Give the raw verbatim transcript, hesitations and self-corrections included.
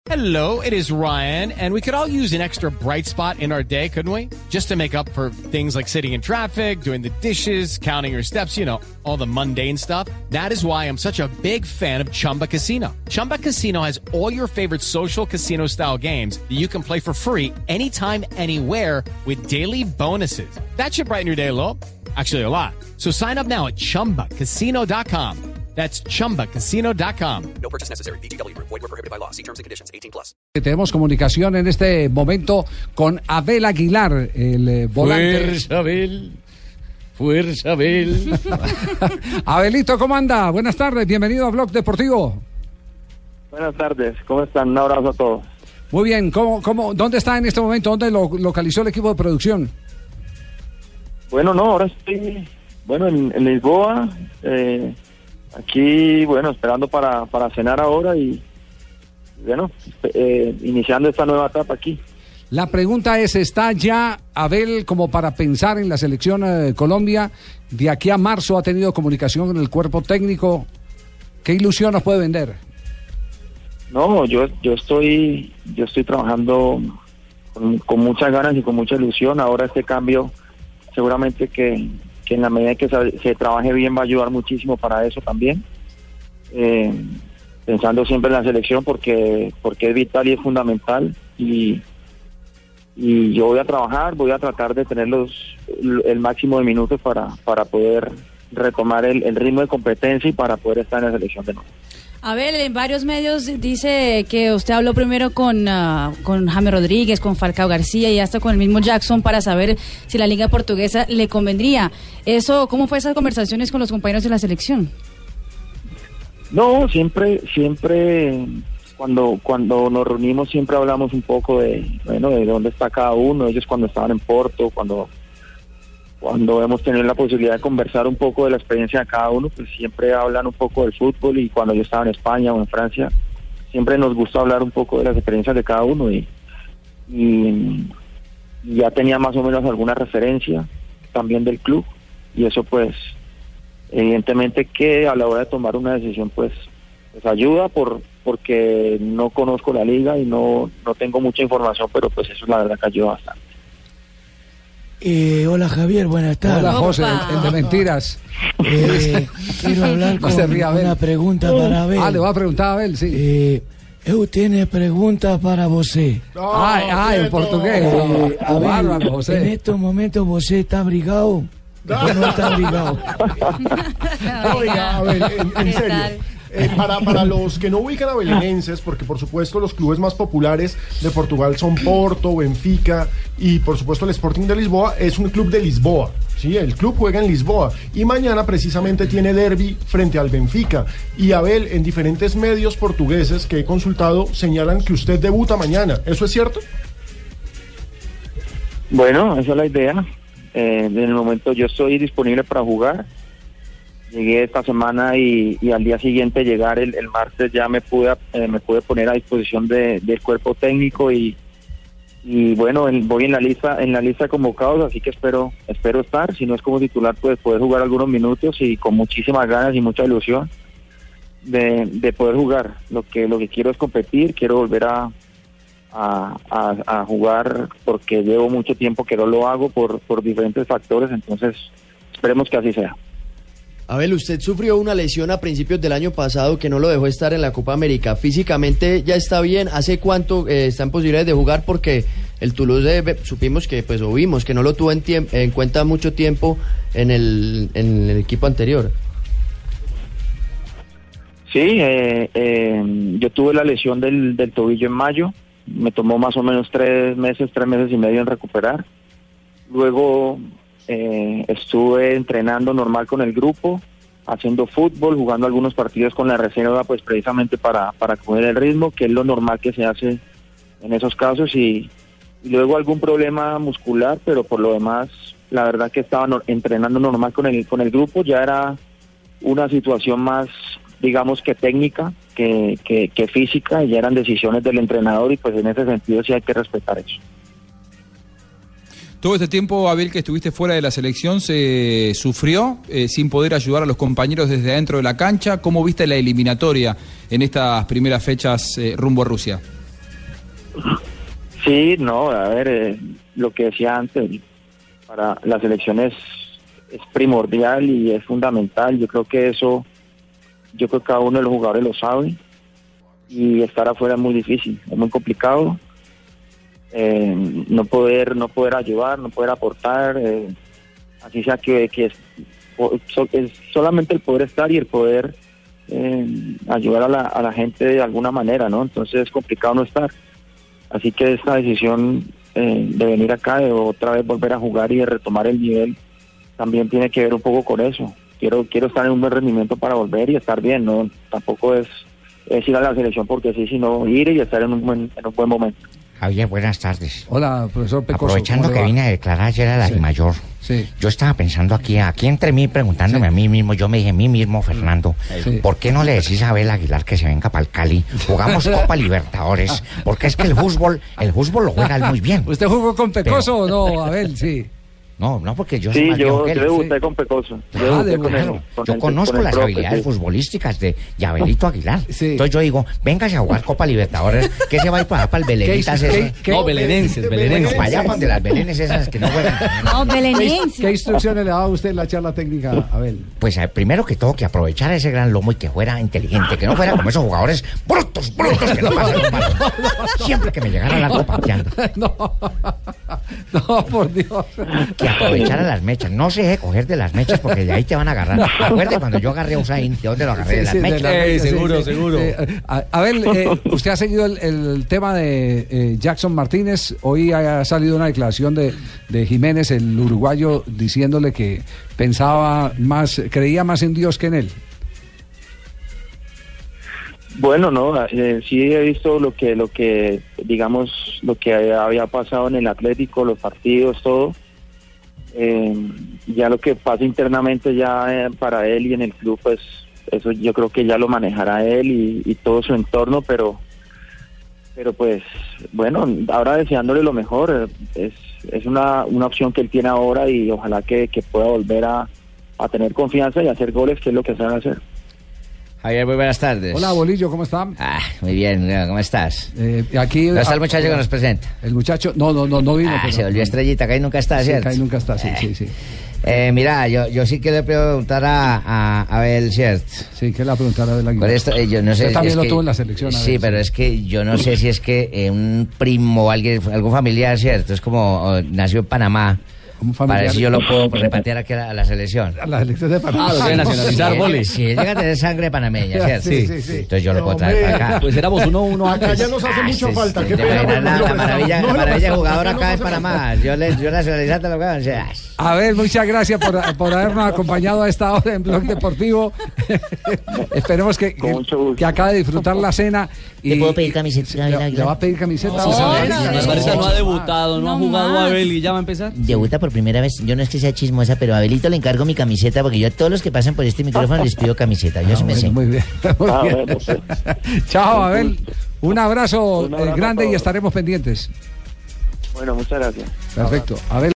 Hello, it is Ryan, and we could all use an extra bright spot in our day, couldn't we? Just to make up for things like sitting in traffic, doing the dishes, counting your steps, you know, all the mundane stuff. That is why I'm such a big fan of Chumba Casino. Chumba Casino has all your favorite social casino-style games that you can play for free anytime, anywhere with daily bonuses. That should brighten your day a little. Actually, a lot. So sign up now at chumba casino dot com. That's chumba casino dot com. No purchase necessary. V G W Group. Void where prohibited by law. See terms and conditions. eighteen plus. Tenemos comunicación en este momento con Abel Aguilar, el eh, volante. Fuerza, Abel. Fuerza, Abel. Abelito, ¿cómo anda? Buenas tardes, bienvenido a Blog Deportivo. Buenas tardes, ¿cómo están? Un abrazo a todos. Muy bien, ¿cómo, cómo, ¿dónde está en este momento? ¿Dónde lo localizó el equipo de producción? Bueno, no, ahora estoy, bueno, en, en Lisboa, eh, aquí, bueno, esperando para, para cenar ahora y, bueno, eh, iniciando esta nueva etapa aquí. La pregunta es, ¿está ya Abel como para pensar en la selección de Colombia? De aquí a marzo ha tenido comunicación con el cuerpo técnico. ¿Qué ilusión nos puede vender? No, yo yo estoy yo estoy trabajando con, con muchas ganas y con mucha ilusión. Ahora este cambio seguramente que, que en la medida que se, se trabaje bien va a ayudar muchísimo para eso también. Eh, pensando siempre en la selección porque porque es vital y es fundamental y y yo voy a trabajar, voy a tratar de tener los el máximo de minutos para para poder retomar el, el ritmo de competencia y para poder estar en la selección de nuevo. Abel, en varios medios dice que usted habló primero con, uh, con James Rodríguez, con Falcao García y hasta con el mismo Jackson para saber si la liga portuguesa le convendría. Eso, ¿cómo fue esas conversaciones con los compañeros de la selección? No, siempre, siempre cuando cuando nos reunimos siempre hablamos un poco de, bueno, de dónde está cada uno. Ellos cuando estaban en Porto, cuando cuando hemos tenido la posibilidad de conversar un poco de la experiencia de cada uno, pues siempre hablan un poco del fútbol y cuando yo estaba en España o en Francia, siempre nos gusta hablar un poco de las experiencias de cada uno y, y, y ya tenía más o menos alguna referencia también del club y eso pues evidentemente que a la hora de tomar una decisión pues, pues ayuda por porque no conozco la liga y no, no tengo mucha información, pero pues eso es la verdad que ayuda bastante. Eh, hola Javier, buenas tardes. Hola José, el, el de mentiras. Eh, quiero hablar con no ría, una pregunta para Abel. Ah, le va a preguntar a Abel, sí. Eh, eu tiene preguntas para você. Oh, ay, ay, en portugués. Eh, Abel, bárbaro, José. en estos momentos você está abrigado. No, no está abrigado. Oiga, a ver, en, en serio. Eh, para, para los que no ubican a belenenses, porque por supuesto los clubes más populares de Portugal son Porto, Benfica y por supuesto el Sporting de Lisboa, es un club de Lisboa, ¿sí? El club juega en Lisboa y mañana precisamente tiene derbi frente al Benfica. Y Abel, en diferentes medios portugueses que he consultado señalan que usted debuta mañana, ¿eso es cierto? Bueno, esa es la idea. Eh, en el momento yo estoy disponible para jugar. Llegué esta semana y, y al día siguiente llegar el, el martes ya me pude eh, me pude poner a disposición de, del cuerpo técnico y y bueno el, voy en la lista en la lista de convocados, así que espero espero estar, si no es como titular pues poder jugar algunos minutos y con muchísimas ganas y mucha ilusión de, de poder jugar. Lo que lo que quiero es competir, quiero volver a a, a, a jugar porque llevo mucho tiempo que no lo hago por por diferentes factores, entonces esperemos que así sea. Abel, usted sufrió una lesión a principios del año pasado que no lo dejó estar en la Copa América. ¿Físicamente ya está bien? ¿Hace cuánto eh, está en posibilidades de jugar? Porque el Toulouse eh, supimos que, pues, o vimos que no lo tuvo en, tiemp- en cuenta mucho tiempo en el, en el equipo anterior. Sí, eh, eh, yo tuve la lesión del, del tobillo en mayo. Me tomó más o menos tres meses, tres meses y medio en recuperar. Luego Eh, estuve entrenando normal con el grupo, haciendo fútbol, jugando algunos partidos con la reserva, pues precisamente para, para coger el ritmo, que es lo normal que se hace en esos casos, y, y luego algún problema muscular, pero por lo demás, la verdad que estaba no, entrenando normal con el, con el grupo, ya era una situación más, digamos que técnica, que, que, que física, y ya eran decisiones del entrenador, y pues en ese sentido sí hay que respetar eso. Todo este tiempo, Abel, que estuviste fuera de la selección, ¿se sufrió eh, sin poder ayudar a los compañeros desde adentro de la cancha? ¿Cómo viste la eliminatoria en estas primeras fechas eh, rumbo a Rusia? Sí, no, a ver, eh, lo que decía antes, para las elecciones es primordial y es fundamental. Yo creo que eso, yo creo que cada uno de los jugadores lo sabe y estar afuera es muy difícil, es muy complicado. Eh, no poder, no poder ayudar, no poder aportar, eh, así sea que, que es, es solamente el poder estar y el poder eh, ayudar a la, a la gente de alguna manera, ¿no? Entonces es complicado no estar. Así que esta decisión eh, de venir acá, de otra vez volver a jugar y de retomar el nivel, también tiene que ver un poco con eso. Quiero quiero estar en un buen rendimiento para volver y estar bien, no tampoco es, es ir a la selección porque sí, sino ir y estar en un buen, en un buen momento. Javier, buenas tardes. Hola, profesor Pecoso. Aprovechando que vine a declarar ayer a la Sí. DIMAYOR, Sí. yo estaba pensando aquí, aquí entre mí, preguntándome Sí. a mí mismo, yo me dije a mí mismo, Fernando, Sí. ¿por qué no le decís a Abel Aguilar que se venga para el Cali? Jugamos Copa Libertadores, porque es que el fútbol, el fútbol lo juega él muy bien. ¿Usted jugó con Pecoso o no, Abel? Sí. No, no, porque yo soy Sí, más viejo yo, que él. yo debuté con Pecoso. Yo Ah, debuté de con él, claro. con Yo el- conozco con el las profe, habilidades sí. futbolísticas de, de Abelito Aguilar. Sí. Entonces yo digo, véngase a jugar Copa Libertadores, que se va a ir para, para el Belenitas. ¿Qué- ese. qué- No, belenenses, belenenses. Para allá, para donde las Belenes esas que no juegan. No, ¿Qué, belenense. qué instrucciones le daba usted en la charla técnica, Abel? Pues eh, primero que todo, que aprovechara ese gran lomo y que fuera inteligente, que no fuera como esos jugadores brutos, brutos que no pasan los malos. Siempre que me llegara la copa pateando. No, no, por Dios. Que aprovechara las mechas. No se deje coger de las mechas porque de ahí te van a agarrar. Acuérdate cuando yo agarré a Usain, ¿de dónde lo agarré? De las Sí, sí, de mechas. la Eh, mecha, sí, seguro, sí. seguro. Eh, a- Abel, eh, usted ha seguido el, el tema de eh, Jackson Martínez. Hoy ha salido una declaración de, de Jiménez, el uruguayo, diciéndole que pensaba más, creía más en Dios que en él. Bueno, no, eh, sí he visto lo que, lo que, digamos, lo que había pasado en el Atlético, los partidos, todo. Eh, ya lo que pasa internamente ya eh, para él y en el club, pues eso yo creo que ya lo manejará él y, y todo su entorno, pero, pero pues, bueno, ahora deseándole lo mejor, eh, es, es una, una opción que él tiene ahora y ojalá que, que pueda volver a, a tener confianza y hacer goles, que es lo que sabe hacer. Javier, muy buenas tardes. Hola, Bolillo, ¿cómo está? Ah, muy bien, ¿cómo estás? Eh, aquí, ¿Dónde está el ah, muchacho que nos presenta? El muchacho, no, no, no, no vino. Ah, pero- se volvió estrellita, que ahí nunca está, Sí, ¿cierto? que ahí nunca está, sí, sí, sí. Eh, mira, yo, yo sí quiero preguntar a, a, a Abel, ¿cierto? Sí, que la preguntará de la Por esto, eh, yo no sé. Usted también es lo que- tuvo en la selección. Sí, pero es que yo no sé si es que eh, un primo o alguien, algún familiar, ¿cierto? Es como oh, nació en Panamá. Un Para familiar. ver si yo lo puedo repatriar aquí a la, a la selección. A la selección de Panamá. Ah, lo quiere nacionalizar, Si él- Boli. Si él llega a tener sangre panameña, ¿cierto? Sí, sí, sí. Entonces yo lo puedo Hombre. traer para acá. Pues éramos uno uno Acá antes. ya nos hace Ah, mucha sí, falta. sí, Qué te pena. imaginas pero la, no lo la maravilla, prestamos. No la lo maravilla prestamos, jugador acá no acá en nos hace Panamá. Yo, le, yo nacionalizarte lo que van a decir. A ver, muchas gracias por, por habernos acompañado a esta hora en Blog Deportivo. Esperemos que, Con que, mucho gusto. que acabe de disfrutar la cena. Y, ¿Le puedo pedir camiseta, ¿Le, Abel le va a pedir camiseta? No, Sí, no, señor. no, Barbarita no ha debutado, no, No ha jugado más. Abel y ya va a empezar. Debuta por primera vez. Yo no es que sea chismosa, pero a Abelito le encargo mi camiseta porque yo a todos los que pasan por este micrófono les pido camiseta. Yo Ah, sí me bueno, sé. muy bien. Muy Ah, bien. bueno, sí. Chao, Abel. Un abrazo, Un abrazo eh, a grande y todos. estaremos pendientes. Bueno, muchas gracias. Perfecto. Abel.